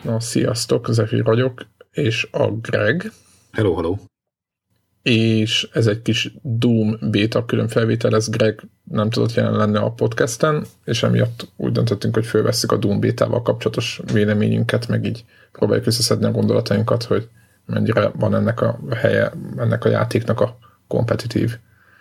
Na, sziasztok, Zephyr vagyok, és a Greg. Hello, hello. És ez egy kis Doom beta külön felvétel, ez Greg nem tudott jelen lenni a podcasten, és emiatt úgy döntöttünk, hogy fölvesszük a Doom bétával kapcsolatos véleményünket, meg így próbáljuk összeszedni a gondolatainkat, hogy mennyire van ennek a helye, ennek a játéknak a kompetitív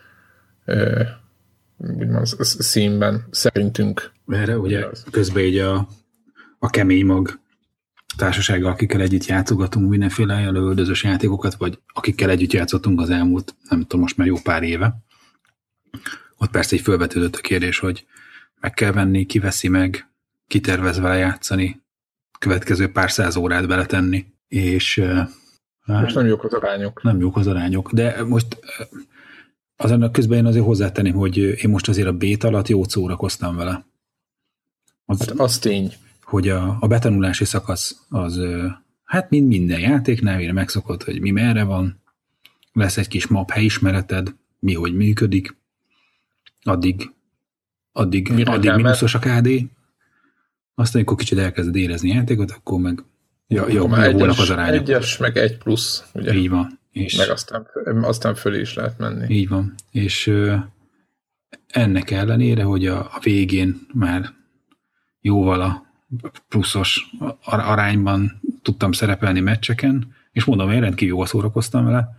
úgymond színben szerintünk. Erre ugye közben így a kemény mag társasággal, akikkel együtt játszogatunk mindenféle lövöldözős játékokat, vagy akikkel együtt játszottunk az elmúlt, nem tudom, most már jó pár éve. Ott persze így felvetődött a kérdés, hogy meg kell venni, ki veszi meg, ki tervez vele játszani, következő pár száz órát beletenni, és most nem jók az arányok. Nem jók az arányok, de most azon közben én azért hozzátenném, hogy én most azért a beta alatt jót szórakoztam vele. Az tény. Hogy a betanulási szakasz az, hát mind minden játéknál végre megszokott, hogy mi merre van, lesz egy kis map helyismereted, mi hogy működik, addig mínuszos a KD, aztán amikor kicsit elkezded érezni játékot, akkor meg javulnak az arányok. Egyes, meg egy plusz, ugye? Így van. És meg aztán fölé is lehet menni. Így van. És ennek ellenére, hogy a végén már jóval a pluszos arányban tudtam szerepelni meccseken, és mondom, én rendkívül jól szórakoztam vele.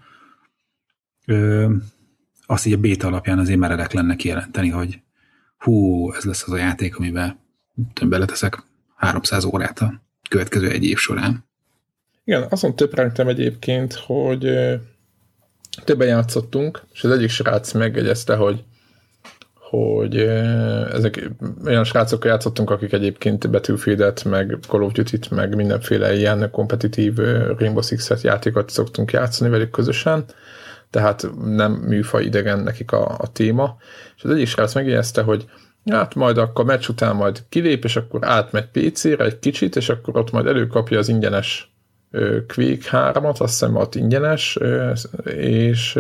Azt így a béta alapján azért meredek lenne kijelenteni, hogy ez lesz az a játék, amiben beleteszek 300 órát a következő egy év során. Igen, azon töprengtem egyébként, hogy többen játszottunk, és az egyik srác megjegyezte, hogy ezek olyan srácokkal játszottunk, akik egyébként Battlefieldet, meg Call of Duty-t, meg mindenféle ilyen kompetitív Rainbow Six-et játékot szoktunk játszani velük közösen, tehát nem műfaj idegen nekik a téma, és az egyik srác megjegyezte, hogy hát majd akkor meccs után majd kilép, és akkor átmegy PC-re egy kicsit, és akkor ott majd előkapja az ingyenes Quake 3-at, azt hiszem ott ingyenes, és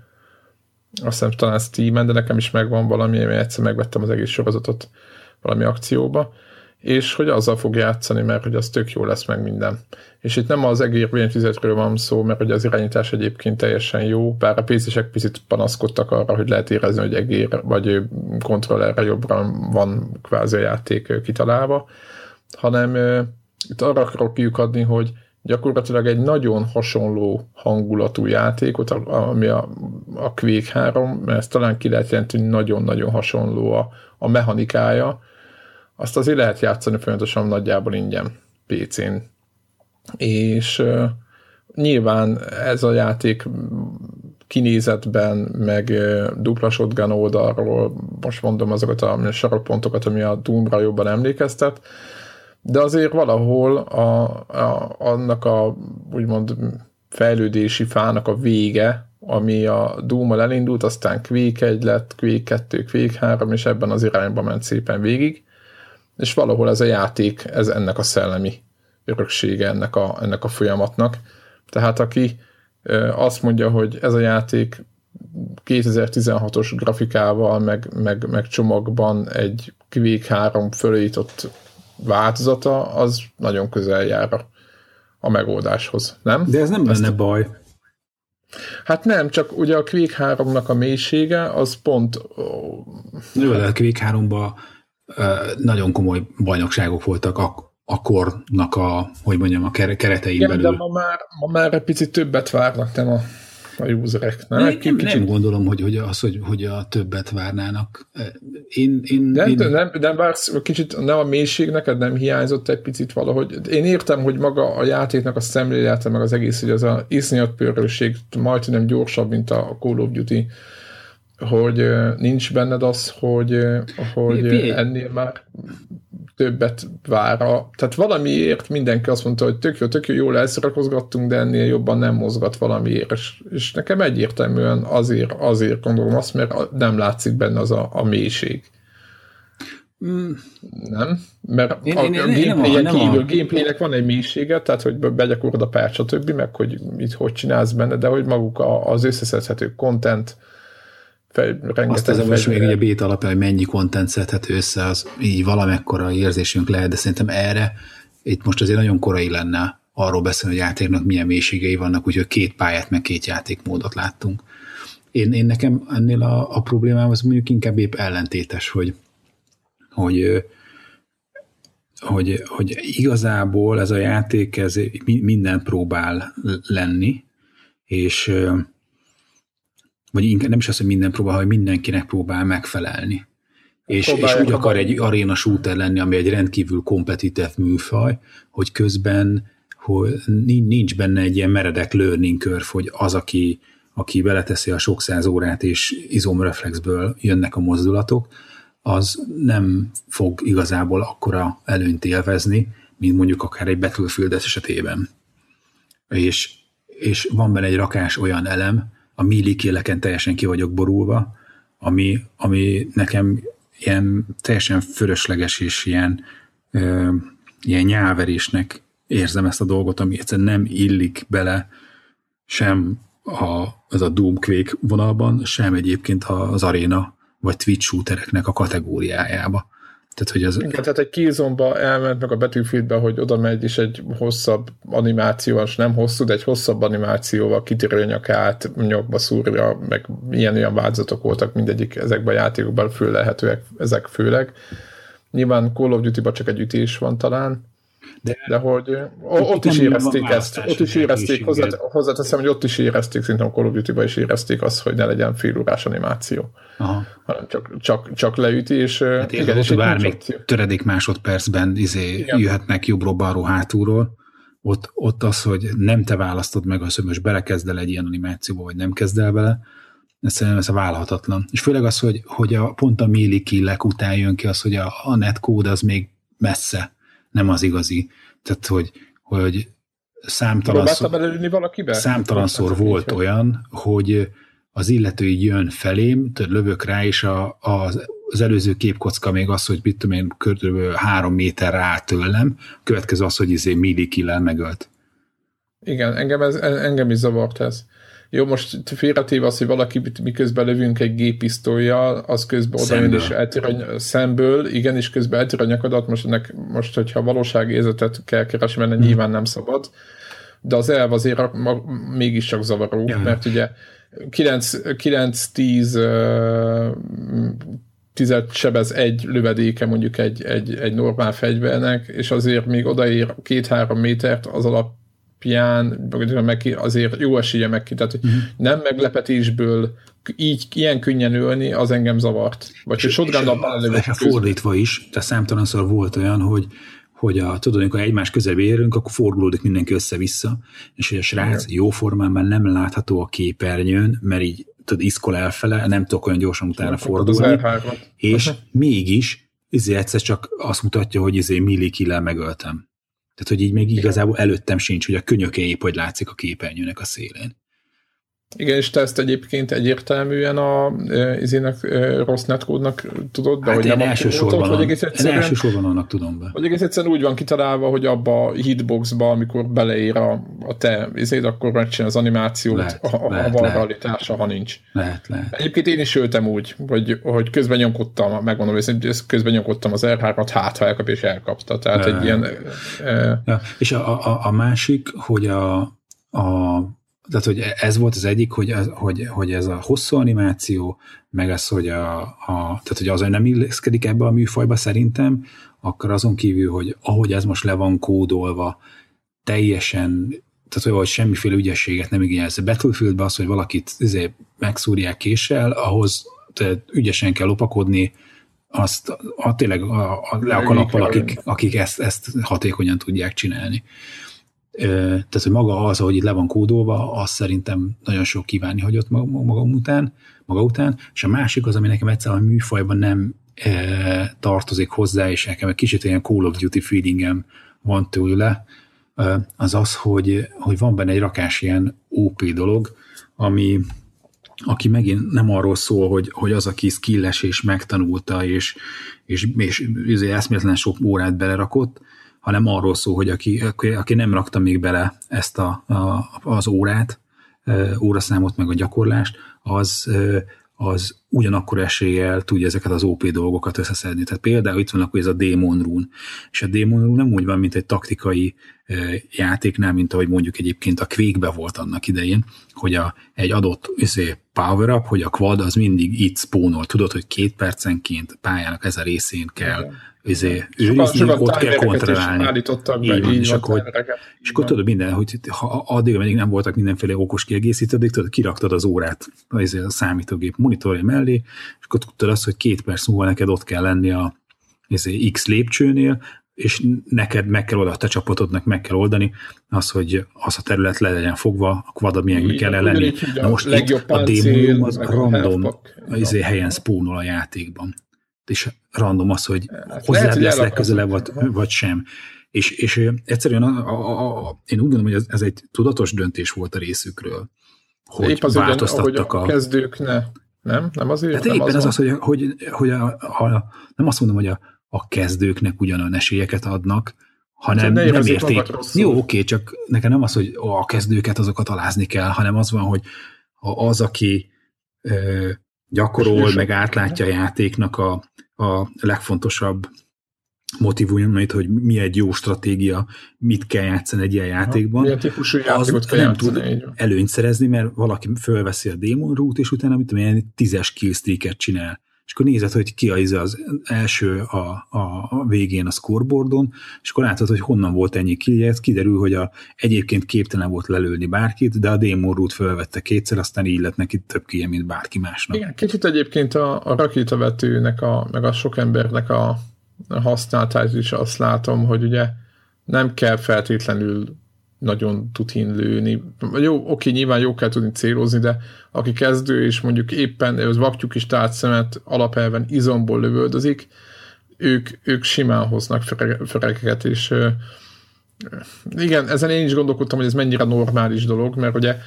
azt hiszem talán Steam-en, de nekem is megvan valami, mert egyszer megvettem az egész sorozatot valami akcióba, és hogy azzal fog játszani, mert hogy az tök jó lesz meg minden. És itt nem az egér billentyűzetről van szó, mert hogy az irányítás egyébként teljesen jó, bár a PC-sek picit panaszkodtak arra, hogy lehet érezni, hogy egér vagy kontrollerre jobbra van kvázi a játék kitalálva, hanem itt arra akarok kiukadni, hogy gyakorlatilag egy nagyon hasonló hangulatú játékot, ami a Quake 3, mert ezt talán ki lehet jelenteni, hogy nagyon-nagyon hasonló a mechanikája, azt azért lehet játszani folyamatosan nagyjából ingyen PC-n. És nyilván ez a játék kinézetben, meg dupla shotgun oldalról, most mondom azokat a sarokpontokat, ami a Doom-ra jobban emlékeztet, de azért valahol annak a úgymond fejlődési fának a vége, ami a Doom-mal elindult, aztán Quake 1 lett, Quake 2, Quake 3, és ebben az irányba ment szépen végig, és valahol ez a játék, ez ennek a szellemi öröksége ennek a folyamatnak. Tehát aki azt mondja, hogy ez a játék 2016-os grafikával, meg csomagban egy Quake 3 fölított változata, az nagyon közel jár a megoldáshoz, nem? De ez nem lenne baj. Hát nem, csak ugye a Quake 3-nak a mélysége, az pont... Jó, de a Quake 3-ban nagyon komoly bajnokságok voltak a kornak a keretein belül. De ma már egy picit többet várnak, nem a userek. Nem gondolom, hogy a többet várnának. Nem vársz, kicsit nem a mélység neked nem hiányzott egy picit valahogy. Én értem, hogy maga a játéknak a szemlélete, meg az egész, hogy az a iszonyat pörrőség majdnem gyorsabb, mint a Call of Duty, hogy nincs benned az, hogy ennél már többet vár. Tehát valamiért mindenki azt mondta, hogy tök jó, jól elszerakozgattunk, de ennél jobban nem mozgat valamiért. És nekem egyértelműen azért gondolom azt, mert nem látszik benne az a mélység. Nem? Mert a gameplaynek van egy mélysége, tehát hogy begyakorod a párt, stb., meg hogy itt hogy csinálsz benne, de hogy maguk az összeszedhető content, azt ez most még a beta alapján, hogy mennyi content szedhető össze, az így valamekkora érzésünk lehet, de szerintem erre itt most azért nagyon korai lenne arról beszélni, hogy a játéknak milyen mélységei vannak, úgyhogy 2 pályát, meg 2 játékmódot láttunk. Én nekem ennél a problémám az mondjuk inkább épp ellentétes, hogy igazából ez a játék ez mindent próbál lenni, és vagy inkább nem is az, hogy minden próbál, hanem mindenkinek próbál megfelelni. És úgy akar egy arena shooter lenni, ami egy rendkívül kompetitív műfaj, hogy közben hogy nincs benne egy ilyen meredek learning curve, hogy az, aki beleteszi a sok száz órát, és izomreflexből jönnek a mozdulatok, az nem fog igazából akkora előnyt élvezni, mint mondjuk akár egy Battlefield esetében. És van benne egy rakás olyan elem, a melee killeken teljesen ki vagyok borulva, ami nekem ilyen teljesen fölösleges és ilyen nyálverésnek érzem ezt a dolgot, ami egyszerűen nem illik bele sem ez a Doom Quake vonalban, sem egyébként az Arena vagy Twitch shootereknek a kategóriájába. Tehát, hogy az... Igen, tehát egy Killzone-ba elment meg a Battlefieldbe, hogy oda megy, és egy hosszabb animációval, és nem hosszú, de egy hosszabb animációval kitörő a nyakát, nyakba szúrja, meg ilyen-olyan változatok voltak mindegyik ezekben a játékokban fölelhetőek, ezek főleg. Nyilván Call of Duty-ban csak egy ütés van talán, de hogy ott is érezték ezt, ott is érezték, hozzáteszem, hogy ott is érezték, szerintem a Call of Duty-ban is érezték azt, hogy ne legyen félórás animáció, hanem csak leüti, és hát igen, és bármelyik töredék másodpercben jöhetnek jobbról-balról hátulról, ott az, hogy nem te választod meg azt, hogy most belekezd el egy ilyen animációba, vagy nem kezd el bele, szerintem ez a vállalhatatlan. És főleg az, hogy pont a melee killek után jön ki az, hogy a netcode az még messze nem az igazi. Tehát, hogy számtalanszor volt olyan, hogy az illető így jön felém, lövök rá, és az előző képkocka még az, hogy mit tudom én, kb. 3 méterre áll tőlem, következő az, hogy melee kill-el megölt. Igen, engem is zavart ez. Jó, most félretéve az, hogy valaki miközben lövünk egy géppisztollyal, az közben oda jön és eltér szemből, igen, és közben eltér a nyakadat, most hogyha valóságérzetet kell keresni, mert nyilván nem szabad, de az elv azért mégiscsak zavaró, mert ugye 9-10 sebez egy lövedéke mondjuk egy normál fegyvernek, és azért még odaér 2-3 métert az alapján, azért jó esélye meg ki. Tehát nem meglepetésből ilyen könnyen ölni, az engem zavart. Vagy hogy shotgun-nal fordítva is, tehát számtalanszor volt olyan, hogy tudod, amikor egymás közelbe érünk, akkor fordulódik mindenki össze-vissza, és hogy a srác jóformán már nem látható a képernyőn, mert így iszkol elfele, nem tudok olyan gyorsan utána fordulni, és mégis egyszer csak azt mutatja, hogy melee kill-el megöltem. Tehát, hogy így még igazából előttem sincs, hogy a könyöke épp, hogy látszik a képernyőnek a szélén. Igen, és te ezt egyébként egyértelműen rossz netkódnak tudod be, hát hogy nem elsősorban annak tudom be. Hogy egész egyszerűen úgy van kitalálva, hogy abba a hitboxba, amikor beleér a te akkor megcsinál az animációt, ha van realitása, ha nincs. Lehet. Egyébként én is öltem úgy, hogy közben nyomkodtam, megmondom, hogy közben nyomkodtam az R3-at, ha elkap és elkapta. Tehát egy ilyen... Ja, és a másik, hogy tehát, hogy ez volt az egyik, hogy ez a hosszú animáció, meg az, hogy tehát, hogy az, hogy nem illeszkedik ebbe a műfajba szerintem, akkor azon kívül, hogy ahogy ez most le van kódolva, teljesen, tehát hogy semmiféle ügyességet nem igényelsz. A Battlefieldben az, hogy valakit megszúrják késsel, ahhoz ügyesen kell lopakodni, azt tényleg le a kalappal, akik ezt hatékonyan tudják csinálni. Tehát, hogy maga az, ahogy itt le van kódolva, az szerintem nagyon sok kívánni hagyott maga után, és a másik az, ami nekem egyszerűen a műfajban nem tartozik hozzá, és nekem egy kicsit ilyen Call of Duty feelingem van tőle, az, hogy van benne egy rakás ilyen OP dolog, aki megint nem arról szól, hogy az, aki skilles és megtanulta, és eszméletlen sok órát belerakott, hanem arról szól, hogy aki nem rakta még bele ezt az órát, óraszámot, meg a gyakorlást, az ugyanakkor eséllyel tudja ezeket az OP dolgokat összeszedni. Tehát például itt van akkor ez a Demon Rune, és a Demon Rune nem úgy van, mint egy taktikai játéknál, mint ahogy mondjuk egyébként a Quake-be volt annak idején, hogy egy adott power-up, hogy a quad az mindig itt spónol. Tudod, hogy 2 percenként pályának ez a részén kell őrizni, ott kell kontrollálni. És akkor tudod minden, hogy addig, ameddig nem voltak mindenféle okos kiegészítők, tudod, kiraktad az órát a számítógép monitorja mellé, és akkor tudtad azt, hogy 2 perc múlva neked ott kell lenni a X lépcsőnél, és neked meg kell oda, a te csapatodnak meg kell oldani az, hogy az a terület le legyen fogva, a quad milyen kell lenni. Na most itt a Demon az random helyen spónol a játékban. És random az, hogy hozzád lesz legközelebb, vagy sem. És egyszerűen én úgy gondolom, hogy ez egy tudatos döntés volt a részükről, hogy épp az változtattak a kezdők nem azért? Hát éppen az, hogy nem azt mondom, hogy a kezdőknek ugyanolyan esélyeket adnak, hanem nem érték. Jó, oké, csak nekem nem az, hogy a kezdőket azokat alázni kell, hanem az van, hogy az, aki gyakorol, meg átlátja a játéknak a legfontosabb motivumait, hogy mi egy jó stratégia, mit kell játszani egy ilyen játékban. Milyen típusú játékot kell játszani, tud előnyt szerezni, mert valaki fölveszi a Demon Root, és utána mit tudom, 10-es killstreaket csinál. És akkor nézed, hogy ki az első a végén a scoreboardon, és akkor látod, hogy honnan volt ennyi killje, kiderül, hogy egyébként képtelen volt lelőni bárkit, de a Demon Root fölvette 2-szer, aztán így lett neki több killje, mint bárki másnak. Igen, kicsit egyébként a rakétavetőnek, meg a sok embernek a használatát is azt látom, hogy ugye nem kell feltétlenül nagyon tutin lőni. Jó, oké, nyilván jó kell tudni célozni, de aki kezdő, és mondjuk éppen az vaktyúk is tárcszemet alapelven izomból lövöldözik, ők simán hoznak ferekeket, és igen, ezen én is gondolkodtam, hogy ez mennyire normális dolog, mert ugye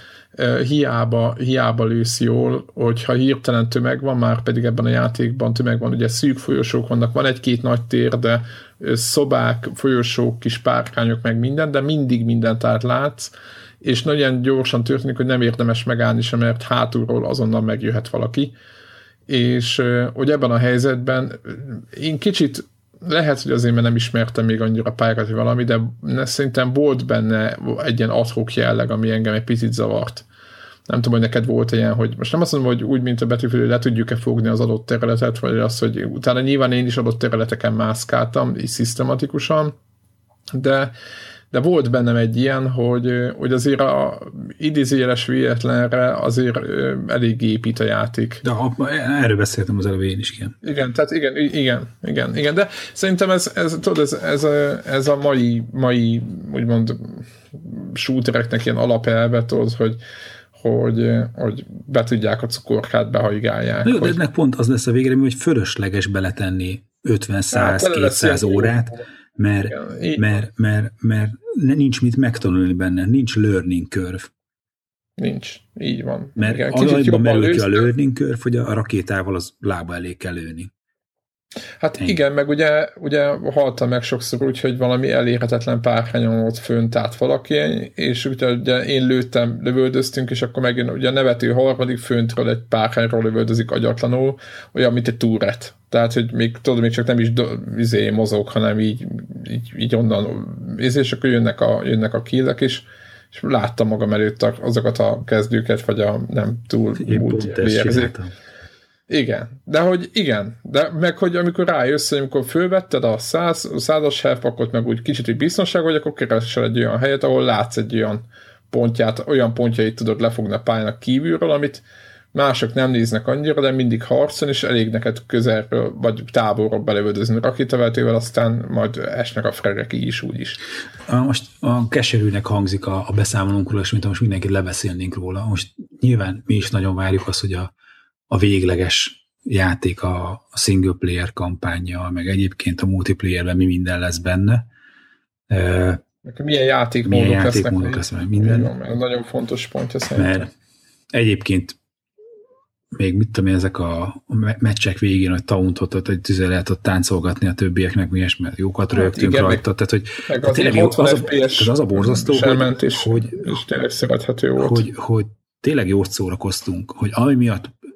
hiába lősz jól, hogyha hirtelen tömeg van, már pedig ebben a játékban tömeg van, ugye szűk folyosók vannak, van egy-két nagy tér, de szobák, folyosók, kis párkányok, meg minden, de mindig mindent átlátsz, és nagyon gyorsan történik, hogy nem érdemes megállni sem, mert hátulról azonnal megjöhet valaki. És hogy ebben a helyzetben én kicsit lehet, hogy azért, mert nem ismertem még annyira pályákat, hogy valami, de szerintem volt benne egy ilyen ad-hoc jelleg, ami engem egy picit zavart. Nem tudom, hogy neked volt ilyen, hogy most nem azt mondom, hogy úgy, mint a Battlefield, hogy le tudjuk-e fogni az adott területet, vagy az, hogy utána nyilván én is adott területeken mászkáltam, így szisztematikusan, de volt bennem egy ilyen, hogy azért a idézőjeles véletlenre azért elég épít a játék. De erről beszéltem az előbb én is, igen. Igen, tehát igen, de szerintem ez a mai úgymond shootereknek ilyen alapelve, hogy be tudják a cukorkát, behajgálják. Jó, de ennek pont az lesz a végre, hogy fölösleges beletenni 50-100-200 órát, mert nincs mit megtanulni benne, nincs learning curve. Nincs, így van. Mert alapban merül ki a learning curve, hogy a rakétával az lába elé kell lőni. Hát igen, meg ugye haltam meg sokszor úgy, hogy valami elérhetetlen párkányon ott fönt állt valaki, és ugye én lövöldöztünk, és akkor megint ugye a nevető harmadik föntről egy párkányról lövöldözik agyatlanul, olyan, mint egy túret. Tehát, hogy még csak nem is mozog, hanem így onnan, és akkor jönnek a killek, és láttam magam előtt azokat a kezdőket, vagy a nem túl múlt. Igen, de meg hogy amikor rájössz, hogy amikor fölvetted a 100-as health-pakot, meg úgy kicsit biztonság, vagy akkor keresel egy olyan helyet, ahol látsz egy olyan pontjait tudod lefogni a pályának kívülről, amit mások nem néznek annyira, de mindig harcon, és elég neked közelről, vagy távolról belövöldözni rakétavetővel, aztán majd esnek a fregek így is, úgy is. Most a keserűnek hangzik a beszámolónkról, és mint most mindenkit lebeszélnénk róla. Most nyilván mi is nagyon várjuk azt, hogy a végleges játék, a single player kampánya, meg egyébként a multiplayerben mi minden lesz benne. Milyen játékmódok lesznek minden. Nagyon fontos pontja szerintem. Mert egyébként még mit tudom én, ezek a meccsek végén, hogy tauntot, hogy tüzel lehet ott táncolgatni a többieknek, mi mert jókat rögtünk rajta. Tehát, hogy tényleg az a borzasztó, hogy tényleg szerethető volt. Hogy tényleg jót szórakoztunk, hogy ami miatt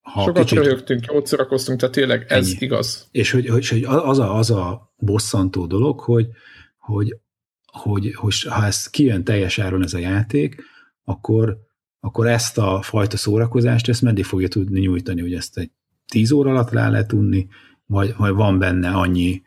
Sokat röhögtünk, jót szórakoztunk, tehát tényleg ez ennyi. Igaz. És hogy az a bosszantó dolog, hogy ha ez kijön teljes áron ez a játék, akkor ezt a fajta szórakozást, ezt meddig fogja tudni nyújtani, hogy ezt egy 10 óra alatt rá lehet tudni, vagy van benne annyi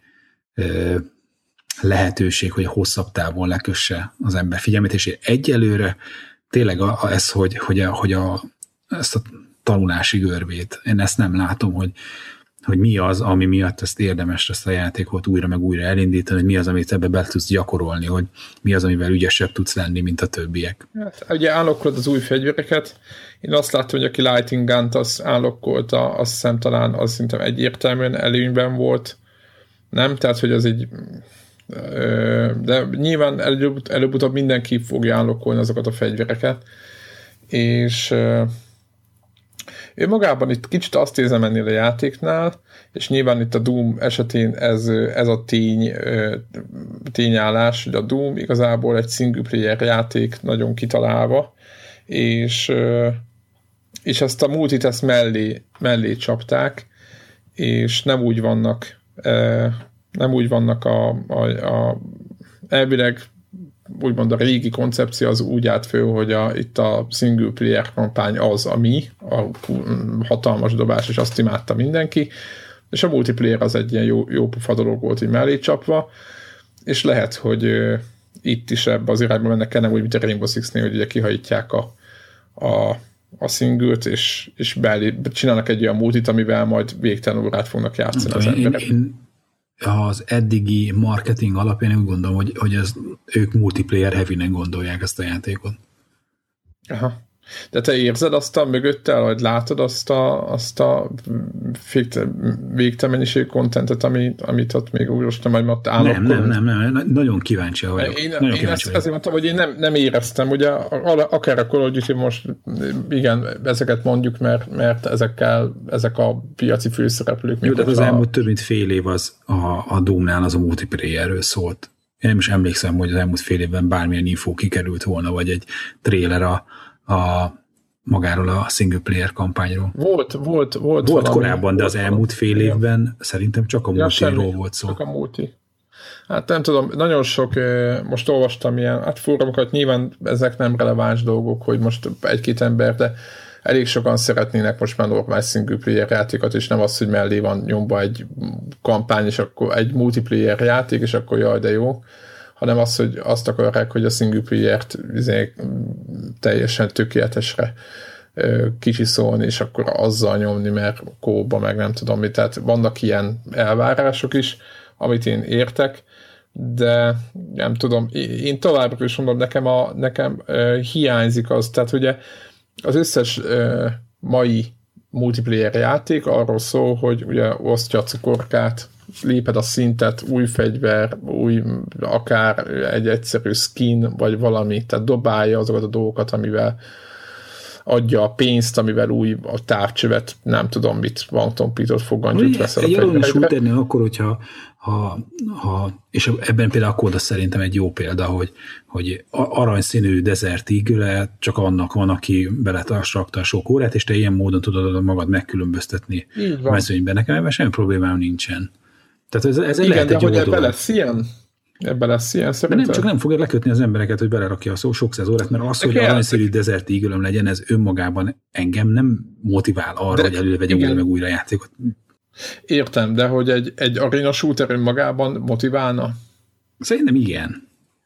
lehetőség, hogy hosszabb távon lekösse az ember figyelmét, és egyelőre tényleg ez, hogy ezt a tanulási görbét, én ezt nem látom, hogy mi az, ami miatt ezt érdemes ezt a játékot újra meg újra elindítani, hogy mi az, amit ebbe be tudsz gyakorolni, hogy mi az, amivel ügyesebb tudsz lenni, mint a többiek. Hát, ugye állokkolod az új fegyvereket. Én azt láttam, hogy aki Lighting Gun-t az állokkolta, azt hiszem talán az szerintem egyértelműen előnyben volt. Nem? Tehát, hogy az egy de nyilván előbb-utóbb mindenki fogja állokkolni azokat a fegyvereket. És ő magában itt kicsit azt érzem ennél a játéknál, és nyilván itt a Doom esetén ez a tényállás, hogy a Doom igazából egy single player játék nagyon kitalálva, és ezt a multit ezt mellé csapták, és nem úgy vannak elvileg úgymond a régi koncepció az úgy állt föl, hogy itt a single player kampány az, ami a hatalmas dobás, és azt imádta mindenki, és a multiplayer az egy ilyen jó pufa dolog volt így mellé csapva, és lehet, hogy itt is ebbe az irányba mennek el, nem úgy, mint a Rainbow Six-nél, hogy ugye kihajítják a single-t, és csinálnak egy olyan multit, amivel majd végtelen órát fognak játszani az emberek. Az eddigi marketing alapján úgy gondolom, hogy ők multiplayer heavy-nek gondolják ezt a játékot. Aha. De te érzed azt a mögöttel, vagy látod azt a végtelen mennyiségű kontentet, amit ott még újra majd ott állok? Nem. Nagyon kíváncsi vagyok. Én ezért mondtam, hogy én nem éreztem. Ugye akár a Call of Duty most igen, ezeket mondjuk, mert ezek a piaci főszereplők. Jó, de az elmúlt több mint fél év az a Doom-nál az a multiplayerről szólt. Én nem is emlékszem, hogy az elmúlt fél évben bármilyen infó kikerült volna, vagy egy trailer a magáról a single player kampányról. Volt korábban, de az elmúlt fél évben szerintem csak a multiról volt szó. Csak a multi. Hát nem tudom, nagyon sok, most olvastam ilyen, fórumokat, nyilván ezek nem releváns dolgok, hogy most egy-két ember, de elég sokan szeretnének most már normális single player játékot, és nem az, hogy mellé van nyomva egy kampány, és akkor egy multiplayer játék, és akkor jaj, de jó, hanem az, hogy azt akarják, hogy a single player-t teljesen tökéletesre kicsiszolni, és akkor azzal nyomni, mert kóba meg nem tudom mit. Tehát vannak ilyen elvárások is, amit én értek, de nem tudom, én továbbra is mondom, nekem hiányzik az, tehát ugye az összes mai multiplayer játék arról szól, hogy ugye osztja a cukorkát, léped a szintet, új fegyver, akár egy egyszerű skin, vagy valami, tehát dobálja azokat a dolgokat, amivel adja a pénzt, amivel új a távcsövet, nem tudom mit, vangtompított fogantyút veszel a fegyverekre. Egy shooternél akkor, hogyha és ebben például a Koda szerintem egy jó példa, hogy aranyszínű Desert Eagle, csak annak van, aki beletartrakta a sok órát, és te ilyen módon tudod magad megkülönböztetni a mezőnyben. Nekem ebben semmi problémám nincsen. Tehát ez igen, lehet de egy jó hogy dolog. Ebben lesz ilyen szerintem. De nem, csak nem fogja lekötni az embereket, hogy belerakja a sok száz órát, mert az, hogy aranyszínű Desert Eagle-öm legyen, ez önmagában engem nem motivál arra, hogy elővegyem újra meg újra játékot. Értem, de hogy egy arena shooter önmagában motiválna? Szerintem igen.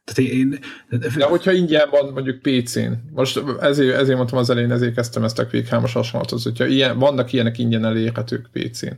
De hogyha ingyen van mondjuk PC-n, most ezért mondtam az elején, ezért kezdtem ezt a Quake 3-as hasonlatot, hogyha vannak ilyenek ingyen elérhetők PC-n.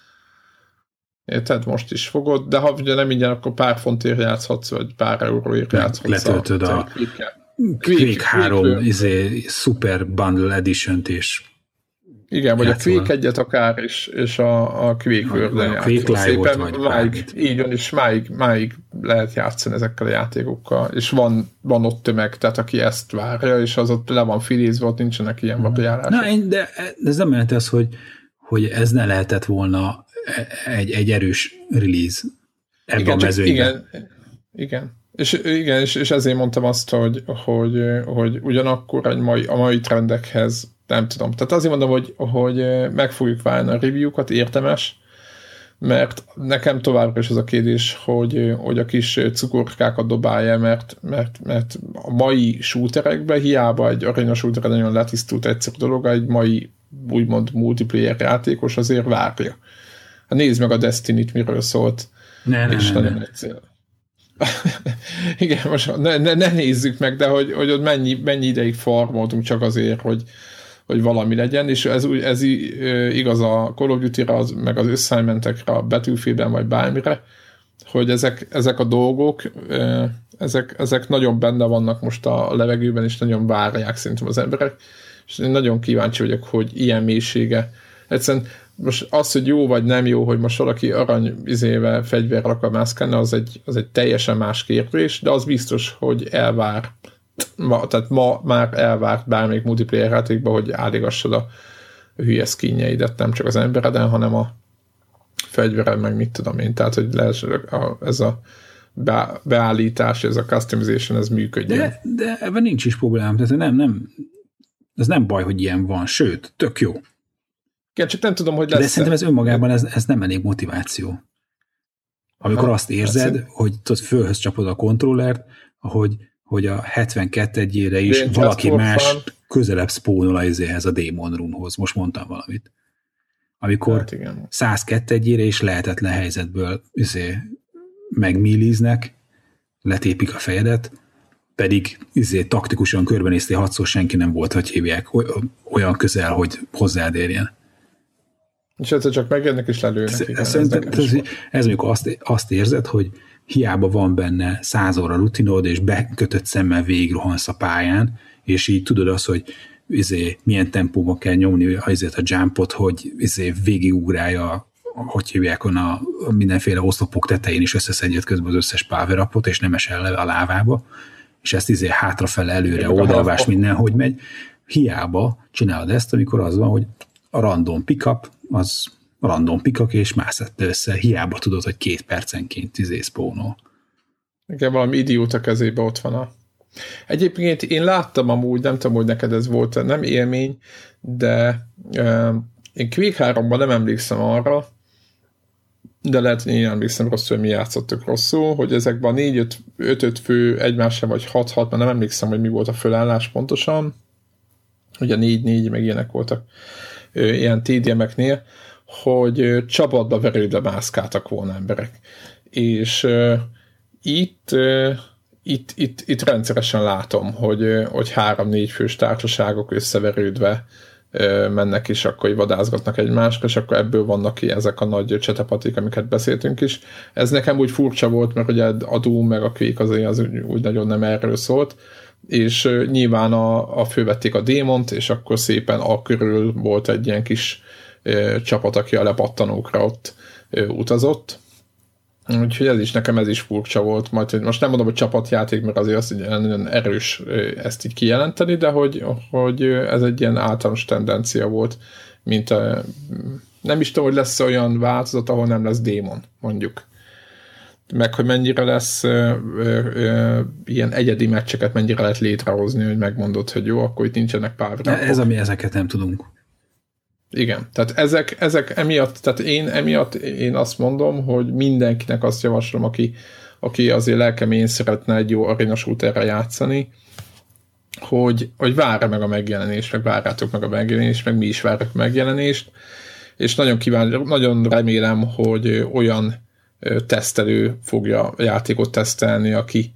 Érted? Most is fogod, de ha ugye nem ingyen, akkor pár fontért játszhatsz, vagy pár euróért játszhatsz. Letöltöd a Quake 3 Super Bundle Edition-t és igen, vagy a Quake 1-et akár, és a Quake World-en játszol. Szépen így van, és máig lehet játszani ezekkel a játékokkal, és van ott tömeg, tehát aki ezt várja, és az ott le van filézve, ott nincsenek ilyen variálások. De ez nem jelent az, hogy ez ne lehetett volna egy erős release ebben a mezőnyben. Igen. És ezért mondtam azt, hogy ugyanakkor a mai trendekhez nem tudom. Tehát azért mondom, hogy meg fogjuk várni a review-kat, érdemes, mert nekem továbbra is az a kérdés, hogy a kis cukorkákat dobálja, mert a mai shooterekben hiába egy arena shooter nagyon letisztult egyszerű dolog, egy mai úgymond multiplayer játékos azért várja. Hát nézd meg a Destiny-t, miről szólt. Nagyon egyszerű. Igen, most ne nézzük meg, de hogy ott mennyi ideig farmoltunk csak azért, hogy valami legyen, és ez igaz a Call of Duty-ra, meg az assignmentekre, a Battlefieldben, vagy bármire, hogy ezek a dolgok, ezek nagyon benne vannak most a levegőben, és nagyon várják szerintem az emberek, és én nagyon kíváncsi vagyok, hogy ilyen mélysége. Egyszerűen most az, hogy jó vagy nem jó, hogy most valaki arany fegyverrel akar mászkálni, az egy teljesen más kérdés, de az biztos, hogy elvár. Tehát ma már elvárt bármelyik multiplayer játékban, hogy álligassad a hülye skinjeidet, nem csak az embereden, hanem a fegyvered, meg mit tudom én. Tehát, hogy ez a beállítás, ez a customization, ez működjön. De ebben nincs is problém. Tehát ez nem baj, hogy ilyen van. Sőt, tök jó. Igen, csak nem tudom, hogy lesz. De szerintem ez önmagában ez nem elég motiváció. Amikor azt érzed, hogy tudod, fölhöz csapod a kontrollert, hogy a 72-ére is valaki más közelebb spónol a Demon Runhoz. Most mondtam valamit. Amikor 102-ére is lehetetlen helyzetből megmilliznek, letépik a fejedet, pedig taktikusan körbenéztél 6-szor, senki nem volt, hogy hívják, olyan közel, hogy hozzád érjen. És egyszer csak megjönnek és lelőnek. Ez amikor azt érzed, hogy hiába van benne 100 óra rutinod, és bekötött szemmel végigrohansz a pályán, és így tudod azt, hogy milyen tempóban kell nyomni a jumpot, hogy végigugrálja, hogy hívják a mindenféle oszlopok tetején is összeszedjed közben az összes power-upot, és nem esel le a lávába, és ezt hátrafele, előre, oldalvás, mindenhogy megy. Hiába csinálod ezt, amikor az van, hogy a random pickup, az random pick-up, és mászett össze. Hiába tudod, hogy 2 percenként spónol. Igen, valami idióta kezébe ott van Egyébként én láttam amúgy, nem tudom, hogy neked ez volt, nem élmény, de én Quake 3-ban nem emlékszem arra, de lehet, hogy én emlékszem rosszul, hogy mi játszottuk rosszul, hogy ezekben a 4-5 fő egymásra, vagy 6-6, mert nem emlékszem, hogy mi volt a fölállás pontosan, ugye 4-4, meg ilyenek voltak ilyen TDM-eknél, hogy csapatba verődve mászkáltak volna emberek. És itt rendszeresen látom, hogy 3-4 fős társaságok összeverődve mennek is, akkor vadászgatnak egymásra, és akkor ebből vannak ki ezek a nagy csetepatik, amiket beszéltünk is. Ez nekem úgy furcsa volt, mert ugye a Doom meg a Quake az úgy nagyon nem erről szólt, és nyilván fölvették a démont, és akkor szépen körül volt egy ilyen kis csapat, aki a lepattanókra ott utazott. Úgyhogy nekem ez is furcsa volt. Majd, most nem mondom, hogy csapatjáték, mert azért az nagyon erős ezt így kijelenteni, de hogy ez egy ilyen általános tendencia volt, mint nem is tudom, hogy lesz olyan változat, ahol nem lesz démon, mondjuk. Meg, hogy mennyire lesz ilyen egyedi meccseket, mennyire lehet létrehozni, hogy megmondod, hogy jó, akkor itt nincsenek power-upok. Ez ami ezeket nem tudunk. Igen, tehát ezek emiatt, tehát én azt mondom, hogy mindenkinek azt javaslom, aki azért lelkemén szeretne egy jó arena shooterre játszani, hogy várja meg a megjelenést, meg várjátok meg a megjelenést, meg mi is várjuk a megjelenést, és nagyon remélem, hogy olyan tesztelő fogja a játékot tesztelni,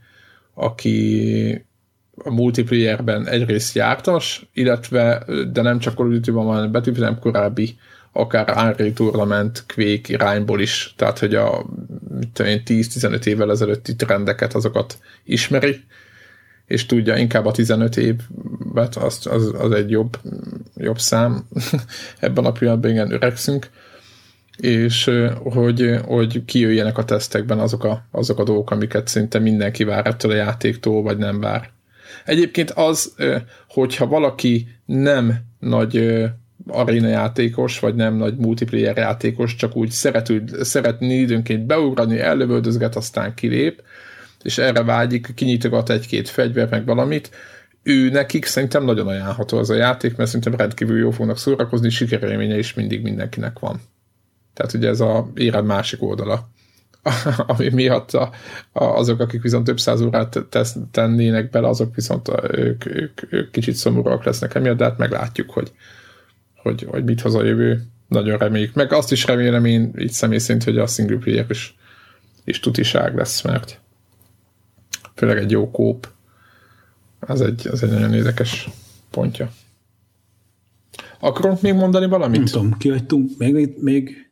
aki a multiplayerben egyrészt jártas, illetve, de nem csak Call of Duty-ban van betűben, hanem korábbi akár Unreal Tournament, Quake irányból is, tehát hogy a 10-15 évvel ezelőtti trendeket, azokat ismeri, és tudja inkább a 15 évet, az egy jobb szám. Ebben a pillanatban igen, öregszünk, és hogy kijöjjenek a tesztekben azok a dolgok, amiket szinte mindenki vár ettől a játéktól, vagy nem vár. Egyébként az, hogyha valaki nem nagy aréna játékos, vagy nem nagy multiplayer játékos, csak úgy szeretné időnként beugrani, ellövöldözget, aztán kilép, és erre vágyik, kinyitogat egy-két fegyvert, meg valamit, ő nekik szerintem nagyon ajánlható az a játék, mert szerintem rendkívül jó fognak szórakozni, sikerélménye is mindig mindenkinek van. Tehát ugye ez a érem másik oldala, ami miatt azok, akik viszont több száz órát tennének bele, azok viszont ők kicsit szomorúak lesznek emiatt, de hát meglátjuk, hogy mit hoz a jövő. Nagyon reméljük. Meg azt is remélem én így személy szerint, hogy a single player is tutiság lesz, mert főleg egy jó kóp, az egy nagyon érdekes pontja. Akarunk még mondani valamit? Nem tudom, kihagytunk még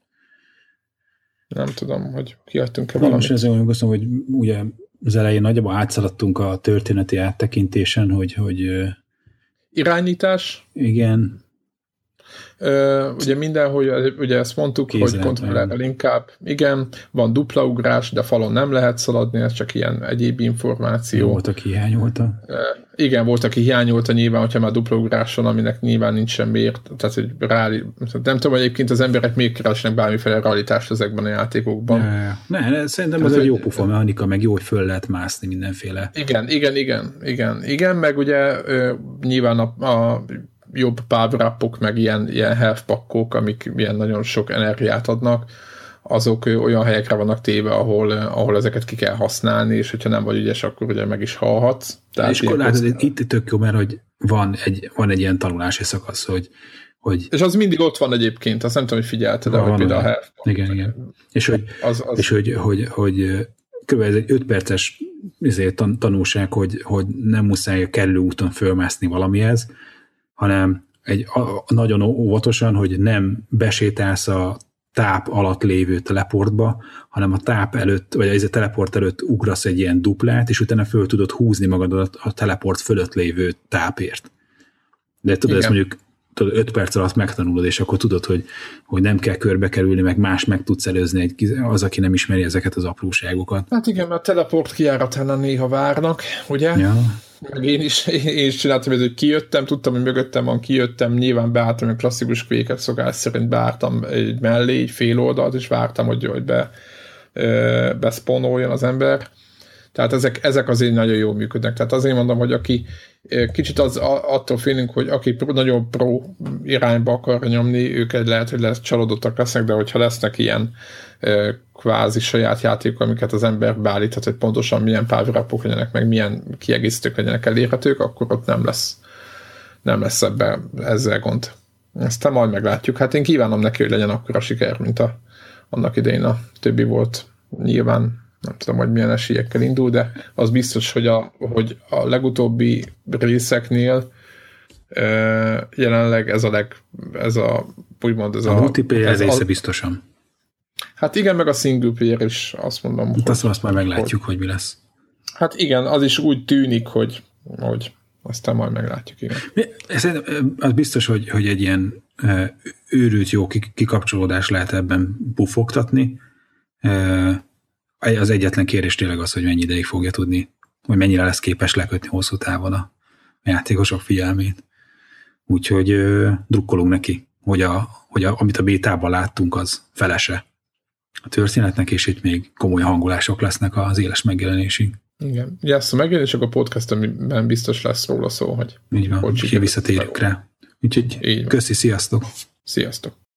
nem tudom, hogy kihagytunk-e valamit. Most ezzel gondolkoztam, hogy ugye az elején nagyjából átszaladtunk a történeti áttekintésen, hogy irányítás. Igen. Ugye mindenhol, ugye ezt mondtuk, hogy kontrollerrel inkább, igen, van dupla ugrás, de falon nem lehet szaladni, ez csak ilyen egyéb információ. Volt, aki hiányolta. Igen, volt, aki hiányolta nyilván, hogyha már dupla ugrás van, aminek nyilván nincs semmi tehát hogy nem tudom, hogy egyébként az emberek még keresnek bármiféle realitást ezekben a játékokban. Ne, szerintem ez egy jó pufa mechanika, meg jó, hogy föl lehet mászni mindenféle. Igen, meg ugye nyilván a jobb power-upok, meg ilyen health packok, amik ilyen nagyon sok energiát adnak, azok olyan helyekre vannak téve, ahol ezeket ki kell használni, és hogyha nem vagy ügyes, akkor ugye meg is halhatsz. És akkor látod, itt tök jó, mert hogy van egy ilyen tanulási szakasz, hogy és az mindig ott van egyébként, azt nem tudom, hogy figyelted, de hogy például a health pack. Igen. És hogy kb. Ez egy 5 perces tanulság, hogy nem muszáj a kellő úton fölmászni valamihez, hanem nagyon óvatosan, hogy nem besétálsz a táp alatt lévő teleportba, hanem a táp előtt, vagy a teleport előtt ugrasz egy ilyen duplát, és utána föl tudod húzni magadat a teleport fölött lévő tápért. De tudod, ezt mondjuk 5 perc alatt megtanulod, és akkor tudod, hogy nem kell körbe kerülni, meg más meg tudsz előzni az, aki nem ismeri ezeket az apróságokat. Hát igen, mert a teleport kijáratánál néha várnak, ugye? Ja. Meg én is csináltam, hogy kijöttem, tudtam, hogy mögöttem van, kijöttem, nyilván beálltam, a klasszikus kvéket szokás szerint beálltam egy mellé, egy fél oldalt, és vártam, hogy beszponoljon az ember. Tehát ezek azért nagyon jól működnek. Tehát azért mondom, hogy aki kicsit attól félünk, hogy aki nagyon pro irányba akar nyomni, ők lehet, hogy csalódottak lesznek, de hogyha lesznek ilyen kvázi saját játékok, amiket az ember beállíthat, hogy pontosan milyen power-upok legyenek, meg milyen kiegészítők legyenek elérhetők, akkor ott nem lesz ezzel gond. Ezt majd meglátjuk. Hát én kívánom neki, hogy legyen akkora siker, mint annak idején a többi volt. Nyilván nem tudom, hogy milyen esélyekkel indul, de az biztos, hogy a legutóbbi részeknél jelenleg ez a multiplayer része biztosan. Hát igen, meg a single player is, azt mondom. Azt majd meglátjuk, hogy mi lesz. Hát igen, az is úgy tűnik, hogy aztán majd meglátjuk, igen. Az biztos, hogy egy ilyen őrült jó kikapcsolódás lehet ebben pufogtatni. Az egyetlen kérdés tényleg az, hogy mennyi ideig fogja tudni, vagy mennyire lesz képes lekötni hosszú távon a játékosok figyelmét. Úgyhogy drukkolunk neki, hogy amit a bétában láttunk, az felese a történetnek, és itt még komoly hangolások lesznek az éles megjelenésig. Igen. Ugye ezt a megjelenések a podcastben biztos lesz róla szó, hogy így van, úgyhogy visszatérjük rá. Úgyhogy köszi, sziasztok! Sziasztok!